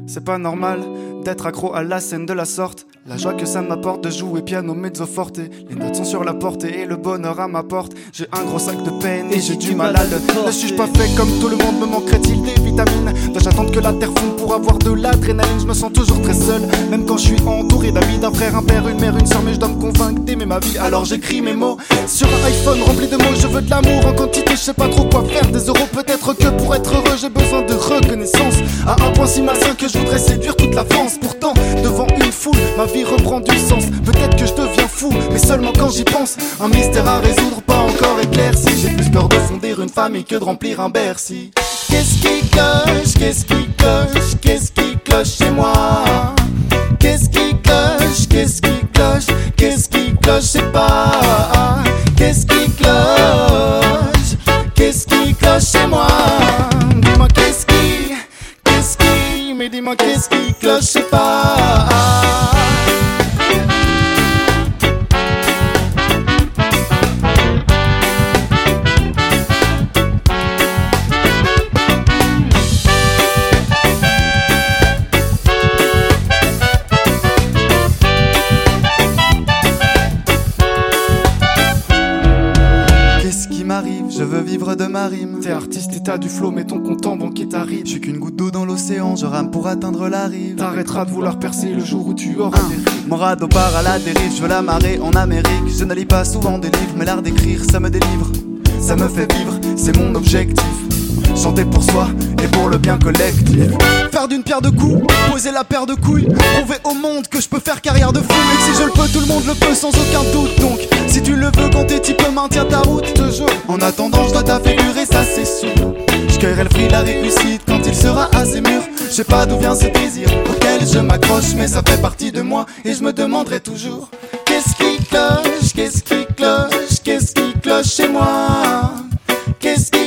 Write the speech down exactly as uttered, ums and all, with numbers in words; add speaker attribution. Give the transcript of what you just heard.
Speaker 1: C'est pas normal d'être accro à la scène de la sorte. La joie que ça m'apporte de jouer piano mezzo forte. Les notes sont sur la portée et le bonheur à ma porte. J'ai un gros sac de peine et j'ai du mal à le porter. Ne suis-je pas fait comme tout le monde, me manquerait-il des vitamines? Dois-je attendre que la terre fonde pour avoir de l'adrénaline? Je me sens toujours très seul, même quand je suis entouré d'amis, d'un frère, un père, une mère, une soeur. Mais je dois me convaincre d'aimer ma vie, alors j'écris mes mots sur un iPhone rempli de mots. Je veux de l'amour en quantité, je sais pas trop quoi faire. Des euros peut-être que pour être heureux j'ai besoin de reconnaissance. À un point si malsain que je voudrais séduire toute la France. Pourtant, devant une foule, ma vie reprend du sens. Peut-être que je deviens fou, mais seulement quand j'y pense. Un mystère à résoudre, pas encore éclairci. J'ai plus peur de fonder une famille que de remplir un Bercy. Qu'est-ce qui cloche, qu'est-ce qui cloche, qu'est-ce qui cloche chez moi? Qu'est-ce qui cloche, qu'est-ce qui cloche, qu'est-ce qui cloche, je sais pas. Qu'est-ce qui cloche, qu'est-ce qui cloche chez moi? Dis-moi qu'est-ce qui, qu'est-ce qui, mais dis-moi qu'est-ce qui cloche, je sais pas. Je veux vivre de ma rime. T'es artiste et t'as du flow, mais ton compte en banque est aride. Je suis qu'une goutte d'eau dans l'océan, je rame pour atteindre la rive. T'arrêteras de vouloir percer le jour où tu auras des rives. Mon radeau part à la dérive, je veux la marée en Amérique. Je ne lis pas souvent des livres, mais l'art d'écrire ça me délivre. Ça me fait vivre, c'est mon objectif. Chanter pour soi et pour le bien collectif. Faire d'une pierre deux coups, poser la paire de couilles. Prouver au monde que je peux faire carrière de fou. Et que si je le peux, tout le monde le peut sans aucun doute. Donc, si tu le veux, quand t'es type, maintiens ta route. Toujours. En attendant, je dois t'affigurer, ça c'est sûr. Je cueillerai le fruit de la réussite quand il sera assez mûr. Je sais pas d'où vient ce désir auquel je m'accroche, mais ça fait partie de moi et je me demanderai toujours. Qu'est-ce qui cloche, qu'est-ce qui cloche, qu'est-ce qui cloche chez moi? Qu'est-ce qui